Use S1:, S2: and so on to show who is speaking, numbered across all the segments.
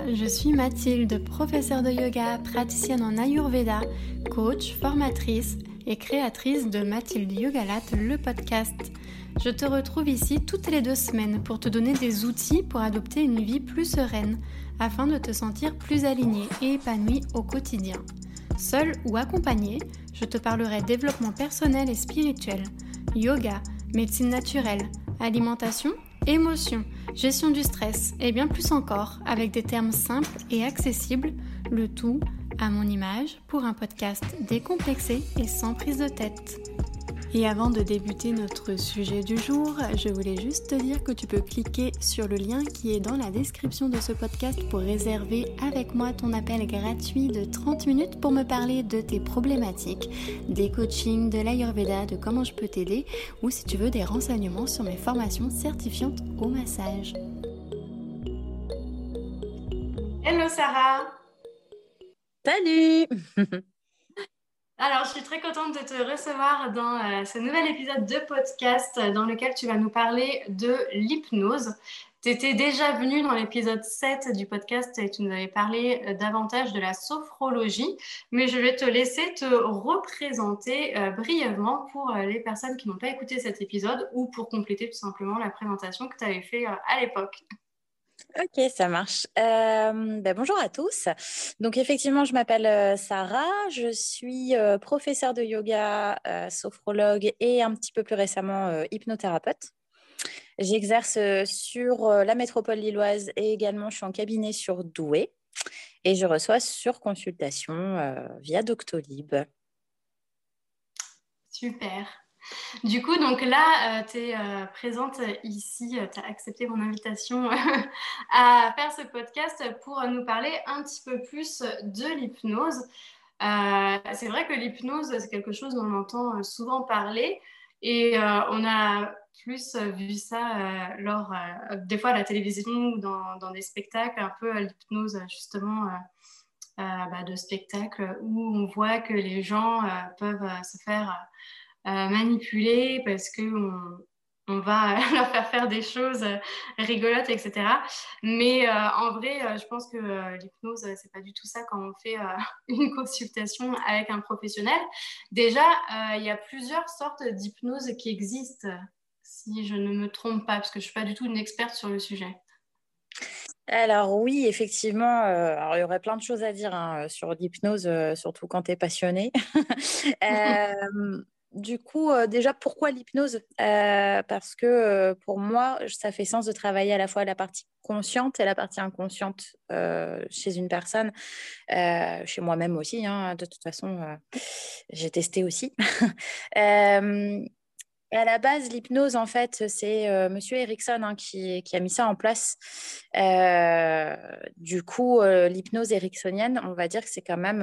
S1: je suis Mathilde, professeure de yoga, praticienne en Ayurveda, coach, formatrice et créatrice de Mathilde Yogalat, le podcast. Je te retrouve ici toutes les 2 semaines pour te donner des outils pour adopter une vie plus sereine, afin de te sentir plus alignée et épanouie au quotidien. Seule ou accompagnée, je te parlerai développement personnel et spirituel, yoga, médecine naturelle, alimentation, émotions, gestion du stress et bien plus encore avec des termes simples et accessibles, le tout à mon image pour un podcast décomplexé et sans prise de tête. Et avant de débuter notre sujet du jour, je voulais juste te dire que tu peux cliquer sur le lien qui est dans la description de ce podcast pour réserver avec moi ton appel gratuit de 30 minutes pour me parler de tes problématiques, des coachings, de l'Ayurveda, de comment je peux t'aider ou si tu veux des renseignements sur mes formations certifiantes au massage. Hello Sarah!
S2: Salut!
S1: Alors, je suis très contente de te recevoir dans ce nouvel épisode de podcast dans lequel tu vas nous parler de l'hypnose. Tu étais déjà venue dans l'épisode 7 du podcast et tu nous avais parlé davantage de la sophrologie, mais je vais te laisser te représenter brièvement pour les personnes qui n'ont pas écouté cet épisode ou pour compléter tout simplement la présentation que tu avais fait à l'époque.
S2: Ok, ça marche. Bonjour à tous. Donc effectivement, je m'appelle Sarah. Je suis professeure de yoga, sophrologue et un petit peu plus récemment hypnothérapeute. J'exerce sur la métropole lilloise et également je suis en cabinet sur Douai et je reçois sur consultation via Doctolib.
S1: Super. Du coup, donc là, tu es présente ici, tu as accepté mon invitation à faire ce podcast pour nous parler un petit peu plus de l'hypnose. C'est vrai que l'hypnose, c'est quelque chose dont on entend souvent parler et on a plus vu ça lors, des fois, à la télévision ou dans des spectacles, un peu l'hypnose justement de spectacles où on voit que les gens peuvent se faire manipuler parce qu'on va leur faire des choses rigolotes, etc. Mais en vrai, je pense que l'hypnose, c'est pas du tout ça quand on fait une consultation avec un professionnel. Déjà, il y a plusieurs sortes d'hypnose qui existent, si je ne me trompe pas, parce que je suis pas du tout une experte sur le sujet.
S2: Alors oui, effectivement, alors, il y aurait plein de choses à dire sur l'hypnose, surtout quand tu es passionné. Du coup, déjà, pourquoi l'hypnose? Parce que pour moi, ça fait sens de travailler à la fois la partie consciente et la partie inconsciente chez une personne, chez moi-même aussi, hein, de toute façon, j'ai testé aussi. Et à la base, l'hypnose, en fait, c'est Monsieur Erickson qui a mis ça en place. Du coup, l'hypnose ericksonienne, on va dire que c'est quand même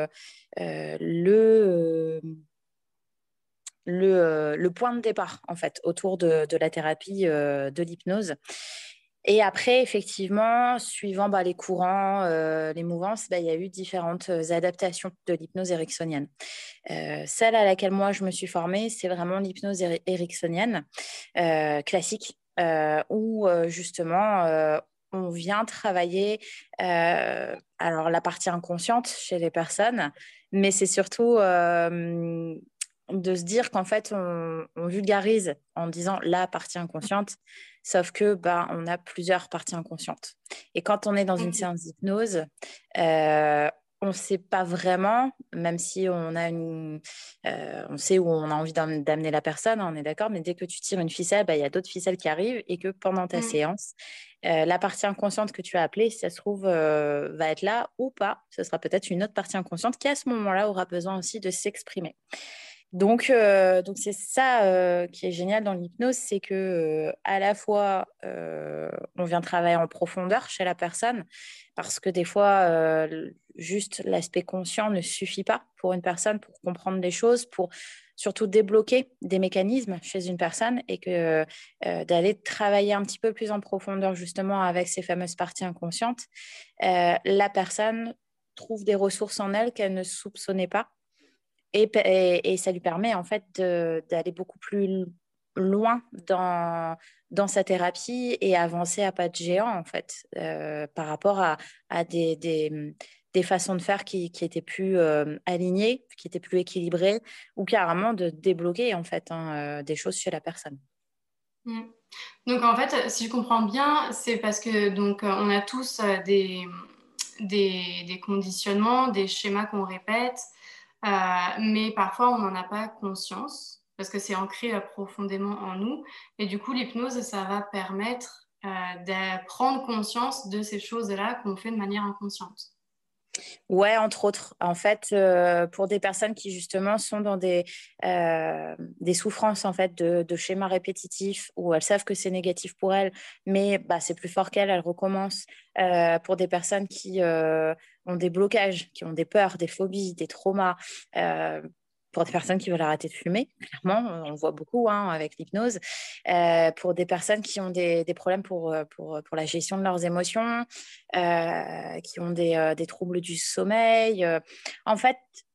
S2: le point de départ, en fait, autour de la thérapie de l'hypnose. Et après, effectivement, suivant les courants, les mouvances, il y a eu différentes adaptations de l'hypnose ericksonienne. Celle à laquelle moi, je me suis formée, c'est vraiment l'hypnose ericksonienne classique, où justement, on vient travailler alors la partie inconsciente chez les personnes, mais c'est surtout de se dire qu'en fait, on vulgarise en disant la partie inconsciente, sauf que on a plusieurs parties inconscientes. Et quand on est dans une séance d'hypnose, on ne sait pas vraiment, même si on sait où on a envie d'amener la personne, on est d'accord, mais dès que tu tires une ficelle, il y a d'autres ficelles qui arrivent et que pendant ta séance, la partie inconsciente que tu as appelée, si ça se trouve, va être là ou pas. Ce sera peut-être une autre partie inconsciente qui, à ce moment-là, aura besoin aussi de s'exprimer. Donc c'est ça qui est génial dans l'hypnose, c'est que à la fois on vient travailler en profondeur chez la personne, parce que des fois juste l'aspect conscient ne suffit pas pour une personne pour comprendre les choses, pour surtout débloquer des mécanismes chez une personne, et que d'aller travailler un petit peu plus en profondeur justement avec ces fameuses parties inconscientes, la personne trouve des ressources en elle qu'elle ne soupçonnait pas. Et ça lui permet en fait d'aller beaucoup plus loin dans sa thérapie et avancer à pas de géant, en fait, par rapport à des façons de faire qui étaient plus alignées, qui étaient plus équilibrées, ou carrément de débloquer, en fait, des choses chez la personne.
S1: Mm. Donc en fait, si je comprends bien, c'est parce que donc on a tous des conditionnements, des schémas qu'on répète, mais parfois on n'en a pas conscience parce que c'est ancré profondément en nous. Et du coup, l'hypnose, ça va permettre de prendre conscience de ces choses-là qu'on fait de manière inconsciente.
S2: Ouais, entre autres. En fait, pour des personnes qui justement sont dans des souffrances en fait de schémas répétitifs où elles savent que c'est négatif pour elles, mais bah, c'est plus fort qu'elles, elles recommencent. Pour des personnes qui ont des blocages, qui ont des peurs, des phobies, des traumas. Pour des personnes qui veulent arrêter de fumer, clairement, on voit beaucoup avec l'hypnose. Pour des personnes qui ont des problèmes pour la gestion de leurs émotions, qui ont des troubles du sommeil. En fait,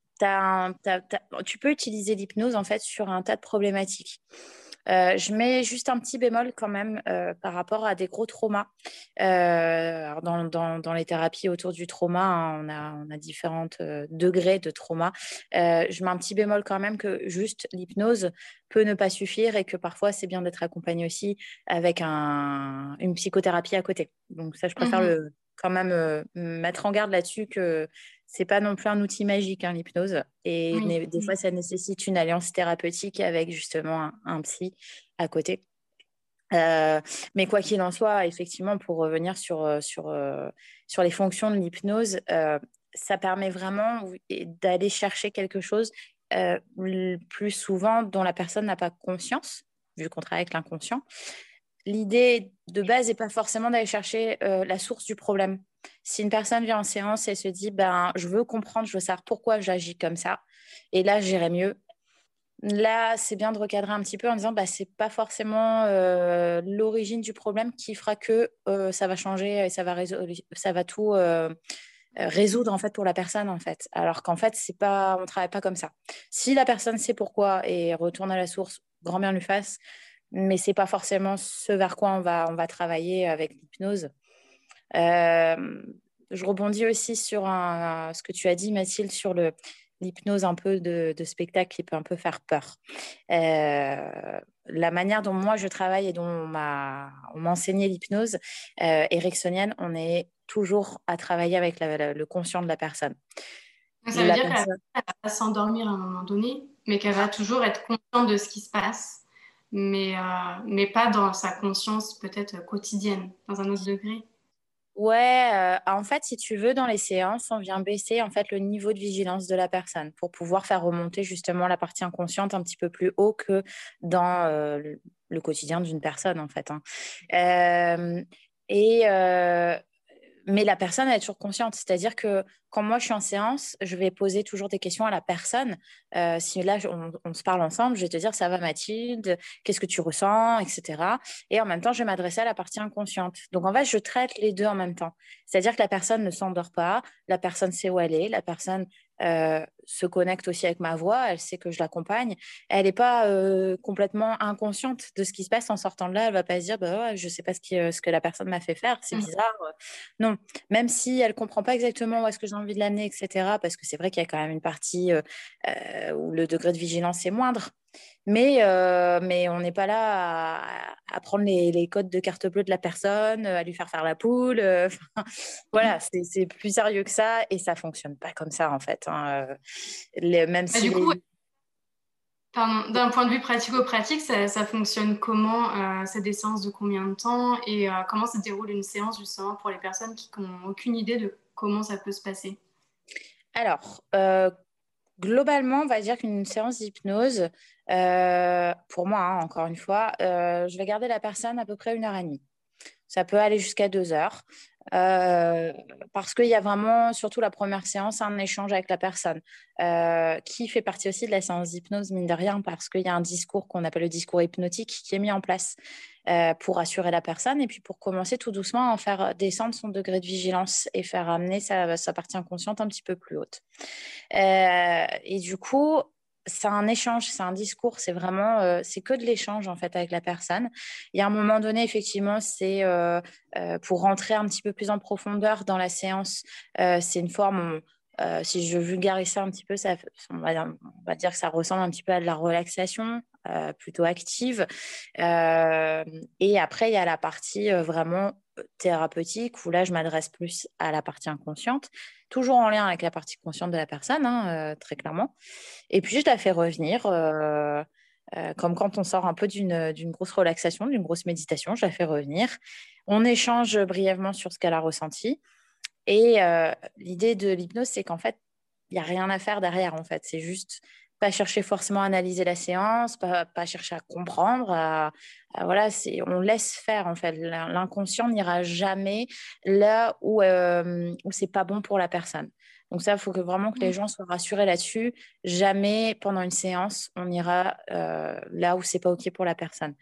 S2: tu peux utiliser l'hypnose en fait sur un tas de problématiques. Je mets juste un petit bémol quand même par rapport à des gros traumas. Alors dans les thérapies autour du trauma, on a différents degrés de trauma. Je mets un petit bémol quand même que juste l'hypnose peut ne pas suffire et que parfois c'est bien d'être accompagné aussi avec une psychothérapie à côté. Donc ça, je préfère
S1: Mhm.
S2: quand même mettre en garde là-dessus que c'est pas non plus un outil magique, l'hypnose. Et
S1: Oui.
S2: des fois, ça nécessite une alliance thérapeutique avec justement un psy à côté. Euh, mais quoi qu'il en soit, effectivement, pour revenir sur les fonctions de l'hypnose, ça permet vraiment d'aller chercher quelque chose le plus souvent dont la personne n'a pas conscience, vu qu'on travaille avec l'inconscient. L'idée de base n'est pas forcément d'aller chercher la source du problème. Si une personne vient en séance et se dit, ben, je veux comprendre, je veux savoir pourquoi j'agis comme ça, et là, j'irai mieux. Là, c'est bien de recadrer un petit peu en disant, bah, c'est pas forcément l'origine du problème qui fera que ça va changer et ça va tout résoudre en fait pour la personne en fait. Alors qu'en fait, c'est pas, on travaille pas comme ça. Si la personne sait pourquoi et retourne à la source, grand bien lui fasse, mais c'est pas forcément ce vers quoi on va travailler avec l'hypnose. Euh, je rebondis aussi sur ce que tu as dit, Mathilde, sur l'hypnose un peu de spectacle qui peut un peu faire peur. La manière dont moi je travaille et dont on m'a enseigné l'hypnose ericksonienne, on est toujours à travailler avec le conscient de la personne.
S1: Ça veut
S2: La
S1: dire que la
S2: personne,
S1: personne elle va s'endormir à un moment donné, mais qu'elle va toujours être consciente de ce qui se passe, mais pas dans sa conscience peut-être quotidienne, dans un autre degré.
S2: ouais, en fait, si tu veux, dans les séances, on vient baisser en fait le niveau de vigilance de la personne pour pouvoir faire remonter justement la partie inconsciente un petit peu plus haut que dans le quotidien d'une personne en fait. Euh, et mais la personne, elle est toujours consciente. C'est-à-dire que quand moi, je suis en séance, je vais poser toujours des questions à la personne. Si là, on se parle ensemble, je vais te dire, ça va Mathilde, qu'est-ce que tu ressens, etc. Et en même temps, je vais m'adresser à la partie inconsciente. Donc, en fait, je traite les deux en même temps. C'est-à-dire que la personne ne s'endort pas, la personne sait où elle est, la personne se connecte aussi avec ma voix, elle sait que je l'accompagne. Elle n'est pas complètement inconsciente de ce qui se passe en sortant de là. Elle va pas se dire, bah ouais, je sais pas ce que la personne m'a fait faire, c'est
S1: Mm.
S2: bizarre. Non, même si elle comprend pas exactement où est-ce que j'ai envie de l'amener, etc. Parce que c'est vrai qu'il y a quand même une partie où le degré de vigilance est moindre. Mais on n'est pas là à prendre les codes de carte bleue de la personne, à lui faire la poule. Voilà, c'est plus sérieux que ça et ça fonctionne pas comme ça en fait. Même
S1: Bah,
S2: si
S1: du coup,
S2: les...
S1: pardon, d'un point de vue pratico-pratique, ça fonctionne comment? C'est des séances de combien de temps? Et comment se déroule une séance justement pour les personnes qui n'ont aucune idée de comment ça peut se passer?
S2: Alors, globalement, on va dire qu'une séance d'hypnose, pour moi, encore une fois, je vais garder la personne à peu près 1 heure et demie. Ça peut aller jusqu'à 2 heures. euh, Parce qu'il y a vraiment, surtout la première séance, un échange avec la personne qui fait partie aussi de la séance d'hypnose, mine de rien, parce qu'il y a un discours qu'on appelle le discours hypnotique qui est mis en place pour assurer la personne et puis pour commencer tout doucement à en faire descendre son degré de vigilance et faire amener sa partie inconsciente un petit peu plus haute. Et du coup, c'est un échange, c'est un discours, c'est vraiment, c'est que de l'échange en fait avec la personne. Il y a un moment donné, effectivement, c'est pour rentrer un petit peu plus en profondeur dans la séance, c'est une forme, si je vulgarise ça un petit peu, on va dire que ça ressemble un petit peu à de la relaxation, plutôt active. Euh, et après, il y a la partie vraiment thérapeutique où là, je m'adresse plus à la partie inconsciente, toujours en lien avec la partie consciente de la personne, hein, très clairement. Et puis, je la fais revenir, comme quand on sort un peu d'une grosse relaxation, d'une grosse méditation, je la fais revenir. On échange brièvement sur ce qu'elle a ressenti. Et l'idée de l'hypnose, c'est qu'en fait, il n'y a rien à faire derrière, en fait. C'est juste pas chercher forcément à analyser la séance, pas chercher à comprendre. Voilà, on laisse faire, en fait. L'inconscient n'ira jamais là où c'est pas bon pour la personne. Donc ça, il faut vraiment que les gens soient rassurés là-dessus. Jamais pendant une séance, on ira là où c'est pas OK pour la personne.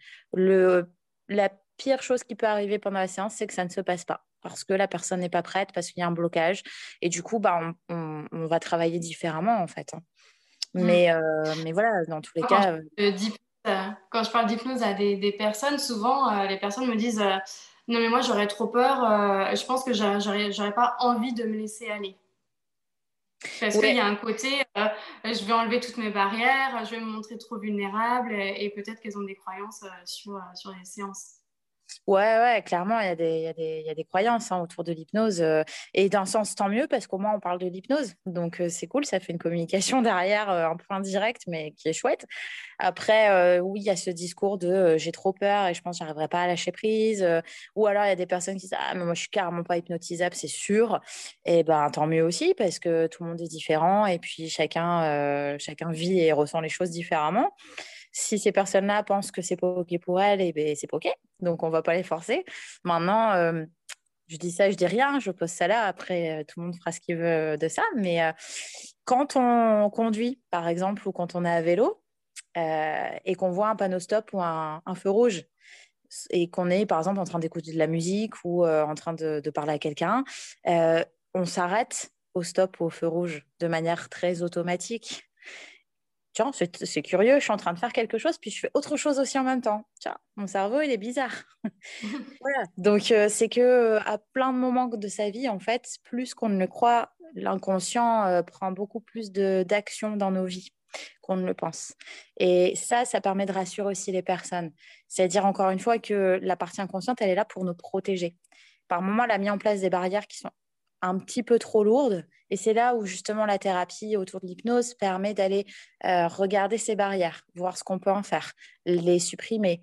S2: La pire chose qui peut arriver pendant la séance, c'est que ça ne se passe pas parce que la personne n'est pas prête, parce qu'il y a un blocage. Et du coup, bah, on va travailler différemment, en fait, hein.
S3: Mm.
S2: Mais voilà, dans tous les
S3: Quand
S2: cas,
S3: quand je parle d'hypnose à des personnes, souvent, les personnes me disent non, mais moi, j'aurais trop peur. Je pense que j'aurais pas envie de me laisser aller. Parce qu'il
S2: ouais.
S3: y a un côté, je vais enlever toutes mes barrières, je vais me montrer trop vulnérable et peut-être qu'elles ont des croyances sur les séances.
S2: Ouais, ouais, clairement, il y a des croyances hein, autour de l'hypnose. Et d'un sens, tant mieux, parce qu'au moins, on parle de l'hypnose. Donc, c'est cool, ça fait une communication derrière, un peu indirecte, mais qui est chouette. Après, oui, il y a ce discours de j'ai trop peur et je pense que j'arriverai pas à lâcher prise. Ou alors, il y a des personnes qui disent ah, mais moi, je suis carrément pas hypnotisable, c'est sûr. Et ben, tant mieux aussi, parce que tout le monde est différent et puis chacun vit et ressent les choses différemment. Si ces personnes-là pensent que c'est pas OK pour elles, et ben, c'est pas OK. Donc, on va pas les forcer. Maintenant, je dis ça, je dis rien, je pose ça là. Après, tout le monde fera ce qu'il veut de ça. Mais quand on conduit, par exemple, ou quand on est à vélo, et qu'on voit un panneau stop ou un feu rouge, et qu'on est, par exemple, en train d'écouter de la musique ou en train de parler à quelqu'un, on s'arrête au stop ou au feu rouge de manière très automatique. Tiens, c'est curieux, je suis en train de faire quelque chose, puis je fais autre chose aussi en même temps. Tiens, mon cerveau, il est bizarre. Voilà. Donc, c'est que à plein de moments de sa vie, en fait, plus qu'on ne le croit, l'inconscient prend beaucoup plus d'action dans nos vies qu'on ne le pense. Et ça permet de rassurer aussi les personnes. C'est-à-dire, encore une fois, que la partie inconsciente, elle est là pour nous protéger. Par moment, elle a mis en place des barrières qui sont un petit peu trop lourdes. Et c'est là où justement la thérapie autour de l'hypnose permet d'aller regarder ces barrières, voir ce qu'on peut en faire, les supprimer,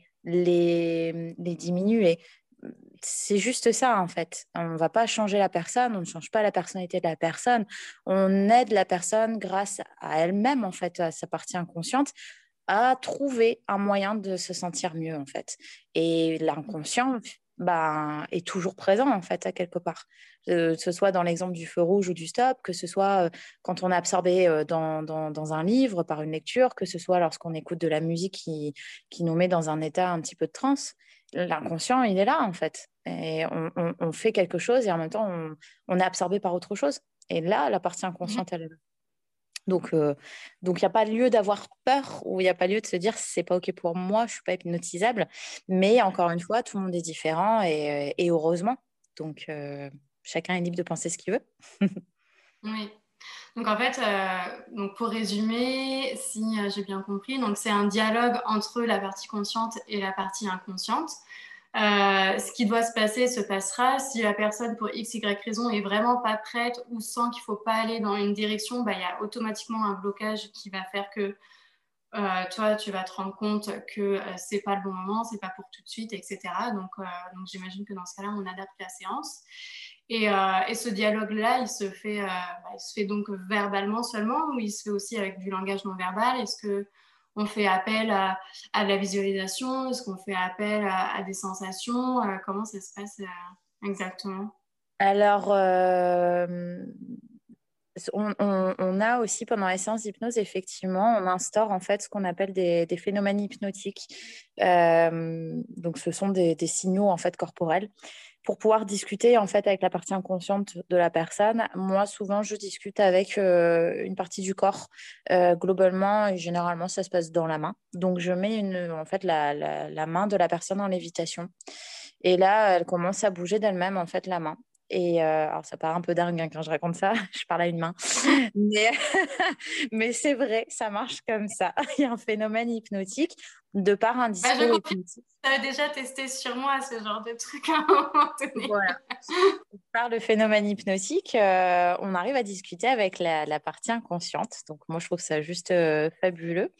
S2: les diminuer. C'est juste ça, en fait. On ne va pas changer la personne, on ne change pas la personnalité de la personne. On aide la personne grâce à elle-même, en fait, à sa partie inconsciente, à trouver un moyen de se sentir mieux, en fait. Et l'inconscient ben, est toujours présent, en fait, à quelque part. Que ce soit dans l'exemple du feu rouge ou du stop, que ce soit quand on est absorbé dans un livre, par une lecture, que ce soit lorsqu'on écoute de la musique qui nous met dans un état un petit peu de transe. L'inconscient, il est là, en fait. Et on fait quelque chose et en même temps, on est absorbé par autre chose. Et là, la partie inconsciente, elle est là. Donc, il n'y a pas lieu d'avoir peur ou il n'y a pas lieu de se dire c'est pas OK pour moi, je suis pas hypnotisable. Mais encore une fois, tout le monde est différent et heureusement. Donc, chacun est libre de penser ce qu'il veut.
S3: Oui. Donc en fait, donc pour résumer, si j'ai bien compris, donc c'est un dialogue entre la partie consciente et la partie inconsciente. Ce qui doit se passer se passera. Si la personne, pour X, Y raison, est vraiment pas prête ou sent qu'il faut pas aller dans une direction, bah, il y a automatiquement un blocage qui va faire que toi, tu vas te rendre compte que c'est pas le bon moment, c'est pas pour tout de suite, etc. Donc j'imagine que dans ce cas-là, on adapte la séance. Et ce dialogue-là, il se fait donc verbalement seulement ou il se fait aussi avec du langage non verbal? Est-ce que on fait appel à de la visualisation? Est-ce qu'on fait appel à des sensations? Comment ça se passe exactement?
S2: Alors, on a aussi pendant la séance d'hypnose, effectivement, on instaure en fait ce qu'on appelle des phénomènes hypnotiques. Donc, ce sont des signaux en fait corporels pour pouvoir discuter en fait avec la partie inconsciente de la personne. Moi, souvent, je discute avec une partie du corps. Globalement, et généralement, ça se passe dans la main. Donc, je mets en fait la main de la personne en lévitation. Et là, elle commence à bouger d'elle-même, en fait, la main. Et alors, ça paraît un peu dingue hein, quand je raconte ça. Je parle à une main. Mais, mais c'est vrai, ça marche comme ça. Il y a un phénomène hypnotique de par un
S3: Je
S2: discours
S3: confirme,
S2: hypnotique.
S3: tu as déjà testé sur moi ce genre de truc à un moment donné.
S2: Voilà. Par le phénomène hypnotique, on arrive à discuter avec la partie inconsciente. Donc, moi, je trouve ça juste fabuleux.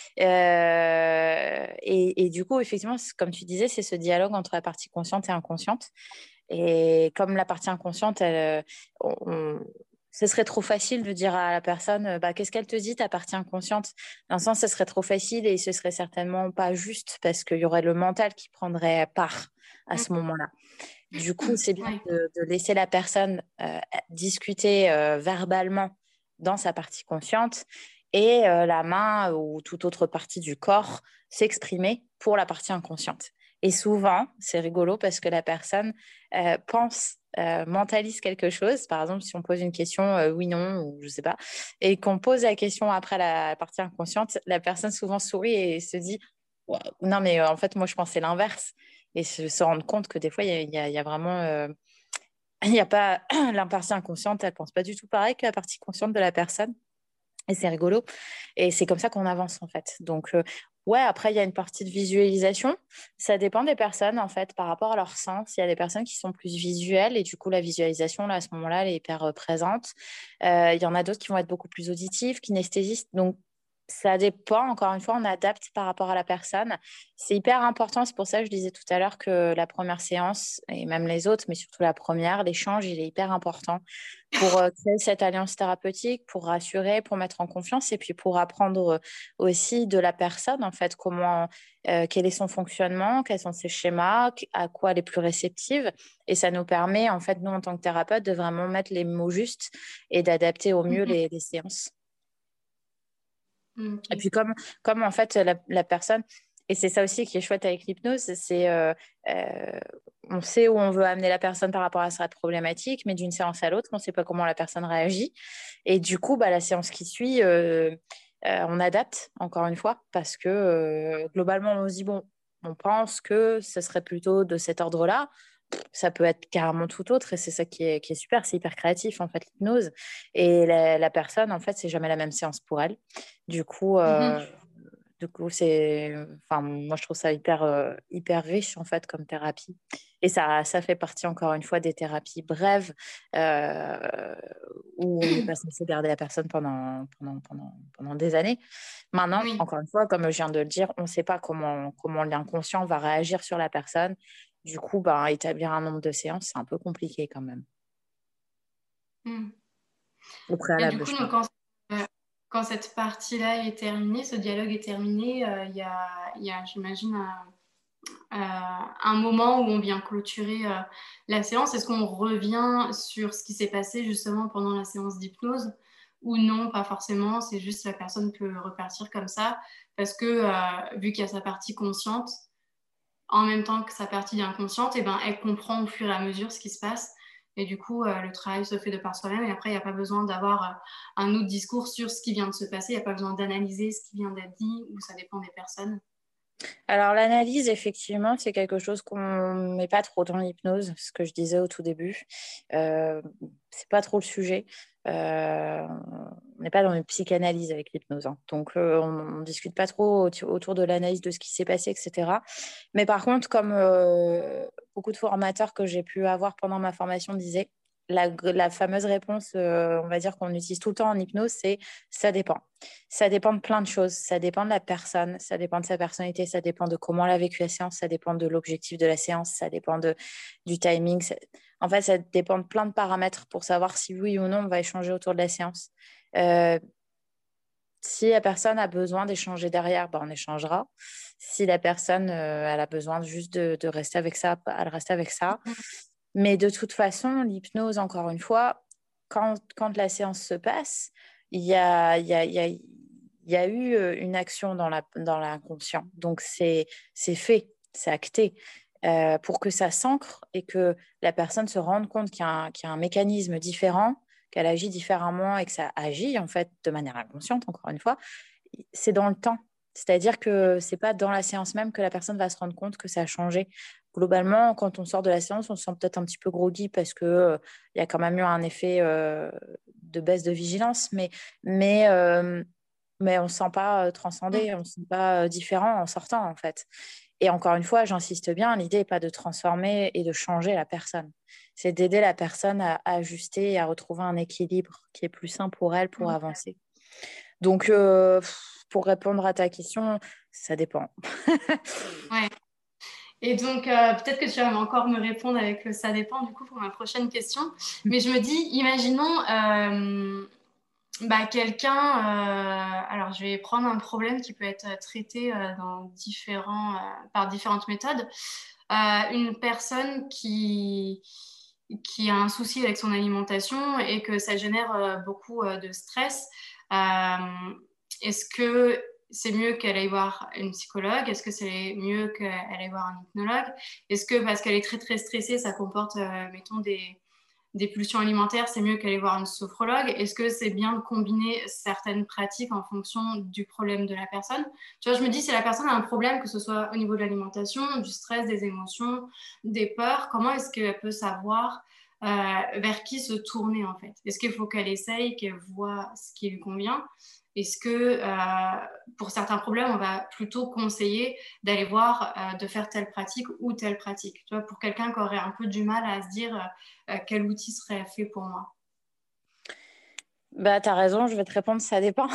S2: Et du coup, effectivement, comme tu disais, c'est ce dialogue entre la partie consciente et inconsciente. Et comme la partie inconsciente, ce serait trop facile de dire à la personne, bah, qu'est-ce qu'elle te dit, ta partie inconsciente? Dans un sens, ce serait trop facile et ce serait certainement pas juste parce qu'il y aurait le mental qui prendrait part à ce moment-là. Du coup, c'est bien
S3: Oui.
S2: de laisser la personne discuter verbalement dans sa partie consciente et la main ou toute autre partie du corps s'exprimer pour la partie inconsciente. Et souvent, c'est rigolo parce que la personne pense, mentalise quelque chose. Par exemple, si on pose une question oui, non, ou je sais pas, et qu'on pose la question après la partie inconsciente, la personne souvent sourit et se dit Waouh, non, mais en fait, moi, je pensais l'inverse. Et se rendre compte que des fois, il y a vraiment. Il n'y a pas. La partie inconsciente, elle ne pense pas du tout pareil que la partie consciente de la personne. Et c'est rigolo. Et c'est comme ça qu'on avance, en fait. Donc, ouais, après, il y a une partie de visualisation. Ça dépend des personnes, en fait, par rapport à leur sens. Il y a des personnes qui sont plus visuelles et du coup, la visualisation, là, à ce moment-là, elle est hyper présente. Il y en a d'autres qui vont être beaucoup plus auditives, kinesthésistes. Donc, ça dépend, encore une fois, on adapte par rapport à la personne. C'est hyper important, c'est pour ça que je disais tout à l'heure que la première séance, et même les autres, mais surtout la première, l'échange, il est hyper important pour créer cette alliance thérapeutique, pour rassurer, pour mettre en confiance et puis pour apprendre aussi de la personne, en fait, quel est son fonctionnement, quels sont ses schémas, à quoi elle est plus réceptive. Et ça nous permet, en fait, nous, en tant que thérapeute, de vraiment mettre les mots justes et d'adapter au mieux les séances. Et
S3: Okay.
S2: puis comme en fait la personne, et c'est ça aussi qui est chouette avec l'hypnose, c'est on sait où on veut amener la personne par rapport à cette problématique, mais d'une séance à l'autre, on ne sait pas comment la personne réagit. Et du coup, bah, la séance qui suit, on adapte encore une fois, parce que globalement, on se dit, bon, on pense que ce serait plutôt de cet ordre-là. Ça peut être carrément tout autre et c'est ça qui est super, c'est hyper créatif en fait l'hypnose et la personne en fait c'est jamais la même séance pour elle. Du coup, c'est, enfin moi je trouve ça hyper riche en fait comme thérapie et ça fait partie encore une fois des thérapies brèves où on n'est pas censé garder la personne pendant des années. Maintenant,
S3: Oui.
S2: encore une fois, comme je viens de le dire, on ne sait pas comment l'inconscient va réagir sur la personne. Du coup, ben, établir un nombre de séances, c'est un peu compliqué quand même.
S3: Mm.
S2: Au
S3: Et du
S2: préalable,
S3: coup,
S2: je
S3: donc,
S2: parle.
S3: quand cette partie-là est terminée, ce dialogue est terminé, il y a, j'imagine, un moment où on vient clôturer la séance. Est-ce qu'on revient sur ce qui s'est passé justement pendant la séance d'hypnose ou non, pas forcément, c'est juste la personne peut repartir comme ça parce que vu qu'il y a sa partie consciente, en même temps que sa partie inconsciente, et ben, elle comprend au fur et à mesure ce qui se passe. Et du coup, le travail se fait de par soi-même. Et après, il n'y a pas besoin d'avoir un autre discours sur ce qui vient de se passer. Il n'y a pas besoin d'analyser ce qui vient d'être dit, ou ça dépend des personnes.
S2: Alors, l'analyse, effectivement, c'est quelque chose qu'on ne met pas trop dans l'hypnose, ce que je disais au tout début. C'est pas trop le sujet. On n'est pas dans une psychanalyse avec l'hypnose, hein. Donc, on ne discute pas trop autour de l'analyse de ce qui s'est passé, etc. Mais par contre, comme beaucoup de formateurs que j'ai pu avoir pendant ma formation disaient, la fameuse réponse, on va dire qu'on utilise tout le temps en hypnose, c'est ça dépend. Ça dépend de plein de choses. Ça dépend de la personne, ça dépend de sa personnalité, ça dépend de comment elle a vécu la séance, ça dépend de l'objectif de la séance, ça dépend du timing. En fait, ça dépend de plein de paramètres pour savoir si oui ou non on va échanger autour de la séance. Euh, Si la personne a besoin d'échanger derrière, ben, on échangera. Si la personne elle a besoin juste de rester avec ça, elle reste avec ça. Mais de toute façon, l'hypnose, encore une fois, quand la séance se passe, il y a eu une action dans l'inconscient. Donc, c'est fait, c'est acté. pour que ça s'ancre et que la personne se rende compte qu'il y a un mécanisme différent, qu'elle agit différemment et que ça agit en fait de manière inconsciente, encore une fois, c'est dans le temps. C'est-à-dire que c'est pas dans la séance même que la personne va se rendre compte que ça a changé. Globalement, quand on sort de la séance, on se sent peut-être un petit peu groggy parce que il y a quand même eu un effet de baisse de vigilance, mais on ne se sent pas transcendé, on ne se sent pas différent en sortant, en fait. Et encore une fois, j'insiste bien, l'idée n'est pas de transformer et de changer la personne. C'est d'aider la personne à ajuster et à retrouver un équilibre qui est plus sain pour elle pour avancer. Donc, pour répondre à ta question, ça dépend.
S3: Ouais. Et donc, peut-être que tu vas encore me répondre avec le ça dépend, du coup, pour ma prochaine question. Mais je me dis, imaginons quelqu'un, alors je vais prendre un problème qui peut être traité par différentes méthodes. Une personne qui a un souci avec son alimentation et que ça génère beaucoup de stress. Est-ce que c'est mieux qu'elle aille voir une psychologue? Est-ce que c'est mieux qu'elle aille voir un hypnologue? Est-ce que parce qu'elle est très très stressée, ça comporte, mettons, des pulsions alimentaires, c'est mieux qu'elle aille voir une sophrologue? Est-ce que c'est bien de combiner certaines pratiques en fonction du problème de la personne? Tu vois, je me dis, si la personne a un problème, que ce soit au niveau de l'alimentation, du stress, des émotions, des peurs, comment est-ce qu'elle peut savoir vers qui se tourner en fait? Est-ce qu'il faut qu'elle essaye, qu'elle voit ce qui lui convient? Est-ce que pour certains problèmes, on va plutôt conseiller d'aller voir, de faire telle pratique ou telle pratique? Tu vois, pour quelqu'un qui aurait un peu du mal à se dire quel outil serait fait pour moi?
S2: Bah, tu as raison, je vais te répondre, ça dépend.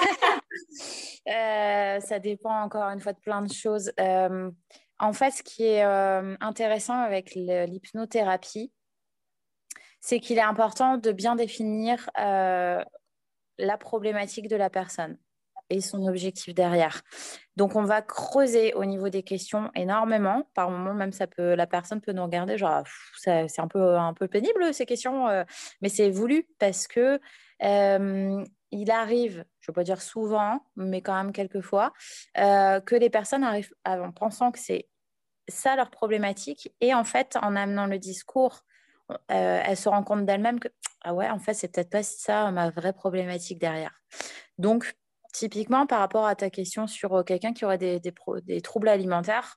S2: Ça dépend encore une fois de plein de choses. En fait, ce qui est intéressant avec l'hypnothérapie, c'est qu'il est important de bien définir la problématique de la personne et son objectif derrière. Donc, on va creuser au niveau des questions énormément. Par moment, même la personne peut nous regarder, genre, c'est un peu pénible ces questions, mais c'est voulu parce que il arrive, je ne veux pas dire souvent, mais quand même quelquefois, que les personnes arrivent en pensant que c'est ça leur problématique et en fait, en amenant le discours, elles se rendent compte d'elles-mêmes que ah ouais, en fait, c'est peut-être pas ça ma vraie problématique derrière. Donc, typiquement, par rapport à ta question sur quelqu'un qui aurait des troubles alimentaires,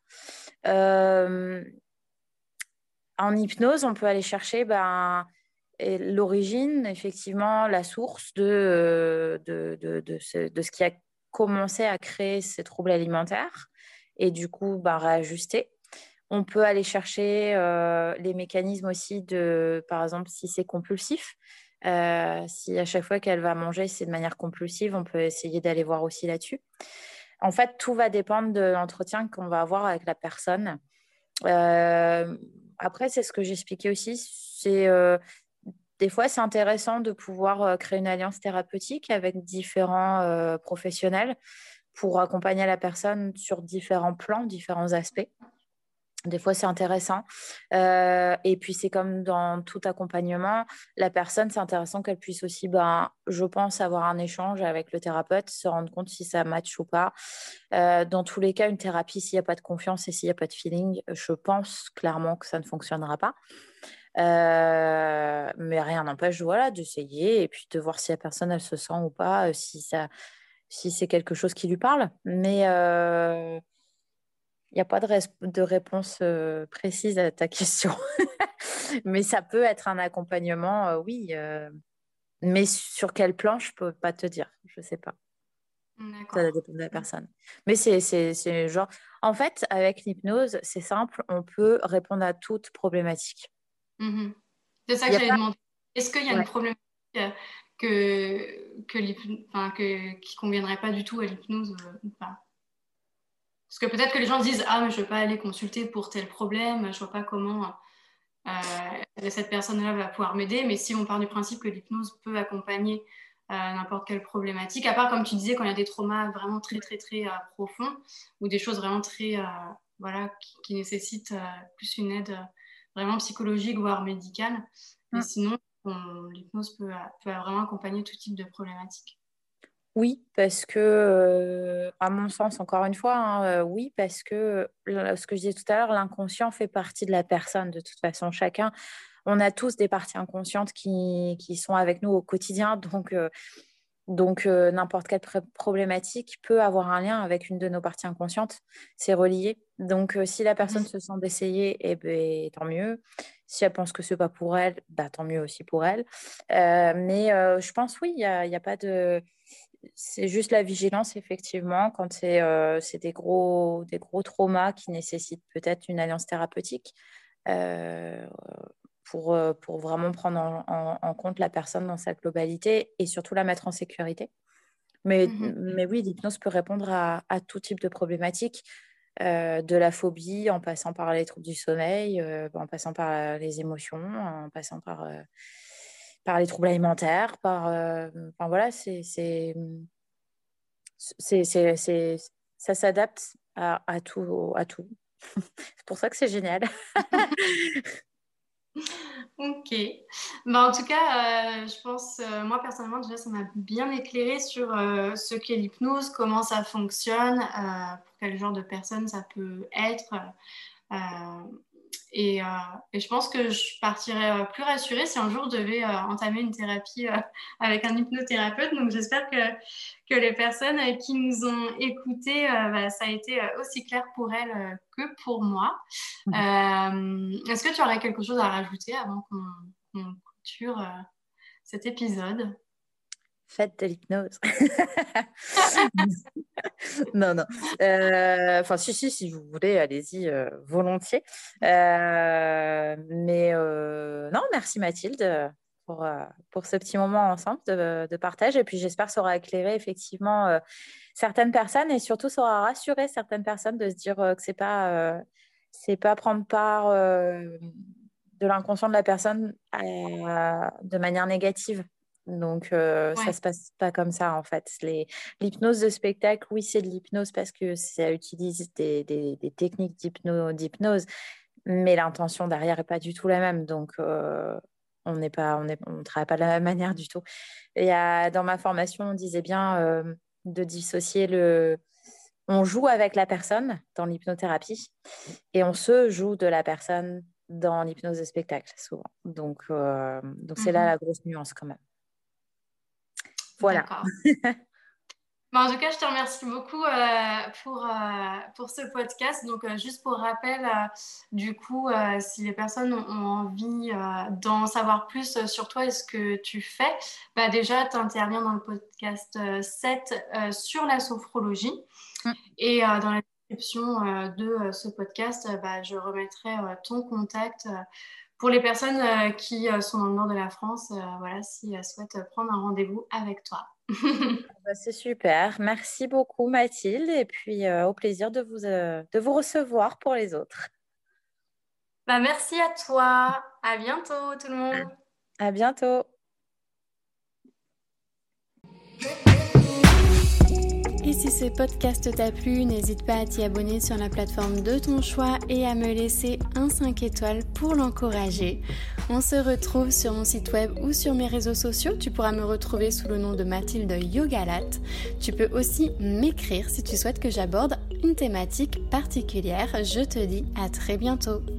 S2: en hypnose, on peut aller chercher l'origine, effectivement, la source de ce qui a commencé à créer ces troubles alimentaires et du coup, réajuster. On peut aller chercher les mécanismes aussi par exemple, si c'est compulsif, si à chaque fois qu'elle va manger, c'est de manière compulsive, on peut essayer d'aller voir aussi là-dessus. En fait, tout va dépendre de l'entretien qu'on va avoir avec la personne. Après, c'est ce que j'expliquais aussi, des fois, c'est intéressant de pouvoir créer une alliance thérapeutique avec différents professionnels pour accompagner la personne sur différents plans, différents aspects. Des fois, c'est intéressant. Et puis, c'est comme dans tout accompagnement, la personne, c'est intéressant qu'elle puisse aussi, je pense, avoir un échange avec le thérapeute, se rendre compte si ça match ou pas. Dans tous les cas, une thérapie, s'il n'y a pas de confiance et s'il n'y a pas de feeling, je pense clairement que ça ne fonctionnera pas. Mais rien n'empêche d'essayer et puis de voir si la personne, elle se sent ou pas, si c'est quelque chose qui lui parle. Mais il n'y a pas de réponse précise à ta question. Mais ça peut être un accompagnement, oui. Mais sur quel plan, je ne peux pas te dire. Je ne sais pas.
S3: D'accord.
S2: Ça dépend de la personne. Mais c'est genre... En fait, avec l'hypnose, c'est simple. On peut répondre à toute problématique.
S3: Mm-hmm. C'est ça
S2: Il
S3: que
S2: y a
S3: j'allais
S2: pas...
S3: demander. Est-ce qu'il y a une
S2: Ouais.
S3: problématique qui conviendrait pas du tout à l'hypnose ou pas? Parce que peut-être que les gens disent, ah, mais je ne veux pas aller consulter pour tel problème, je ne vois pas comment cette personne-là va pouvoir m'aider. Mais si on part du principe que l'hypnose peut accompagner n'importe quelle problématique, à part, comme tu disais, quand il y a des traumas vraiment très, très, très profonds ou des choses vraiment très, qui nécessitent plus une aide vraiment psychologique, voire médicale. Mais sinon, l'hypnose peut vraiment accompagner tout type de problématiques.
S2: Oui, parce que, à mon sens, encore une fois, hein, oui, parce que ce que je disais tout à l'heure, l'inconscient fait partie de la personne. De toute façon, chacun, on a tous des parties inconscientes qui sont avec nous au quotidien. Donc, n'importe quelle problématique peut avoir un lien avec une de nos parties inconscientes. C'est relié. Donc, si la personne se sent d'essayer, eh ben, tant mieux. Si elle pense que ce n'est pas pour elle, bah, tant mieux aussi pour elle. Mais je pense, oui, il y a pas de... C'est juste la vigilance, effectivement, quand c'est des gros traumas qui nécessitent peut-être une alliance thérapeutique. Euh, pour vraiment prendre en compte la personne dans sa globalité et surtout la mettre en sécurité. Mais oui, l'hypnose peut répondre à tout type de problématiques, de la phobie, en passant par les troubles du sommeil, en passant par les émotions, en passant par les troubles alimentaires, enfin voilà, ça s'adapte à tout. C'est pour ça que c'est génial.
S3: Ok. En tout cas, je pense, moi personnellement, déjà, ça m'a bien éclairé sur ce qu'est l'hypnose, comment ça fonctionne, pour quel genre de personne ça peut être. Euh, et je pense que je partirais plus rassurée si un jour je devais entamer une thérapie avec un hypnothérapeute. Donc j'espère que les personnes qui nous ont écoutés, ça a été aussi clair pour elles que pour moi. Est-ce que tu aurais quelque chose à rajouter avant qu'on clôture cet épisode?
S2: Faites de l'hypnose. Non. Enfin, si vous voulez, allez-y, volontiers. Mais non, merci Mathilde pour ce petit moment ensemble de partage. Et puis, j'espère que ça aura éclairé effectivement certaines personnes et surtout, ça aura rassuré certaines personnes de se dire que c'est pas prendre part de l'inconscient de la personne de manière négative. Donc, ça se passe pas comme ça, en fait. L'hypnose de spectacle, oui, c'est de l'hypnose parce que ça utilise des techniques d'hypnose, mais l'intention derrière n'est pas du tout la même. Donc, on ne travaille pas de la même manière du tout. Dans ma formation, on disait bien de dissocier on joue avec la personne dans l'hypnothérapie et on se joue de la personne dans l'hypnose de spectacle, souvent. Donc c'est là la grosse nuance quand même. Voilà.
S3: D'accord. En tout cas, je te remercie beaucoup pour ce podcast. Donc, juste pour rappel, du coup, si les personnes ont envie d'en savoir plus sur toi et ce que tu fais, déjà, tu interviens dans le podcast 7 sur la sophrologie. Et dans la description de ce podcast, je remettrai ton contact pour les personnes qui sont dans le nord de la France, si elles souhaitent prendre un rendez-vous avec toi.
S2: C'est super. Merci beaucoup Mathilde et puis au plaisir de vous recevoir pour les autres.
S3: Merci à toi. À bientôt tout le monde.
S2: À bientôt.
S1: Et si ce podcast t'a plu, n'hésite pas à t'y abonner sur la plateforme de ton choix et à me laisser un 5 étoiles pour l'encourager. On se retrouve sur mon site web ou sur mes réseaux sociaux. Tu pourras me retrouver sous le nom de Mathilde Yogalat. Tu peux aussi m'écrire si tu souhaites que j'aborde une thématique particulière. Je te dis à très bientôt.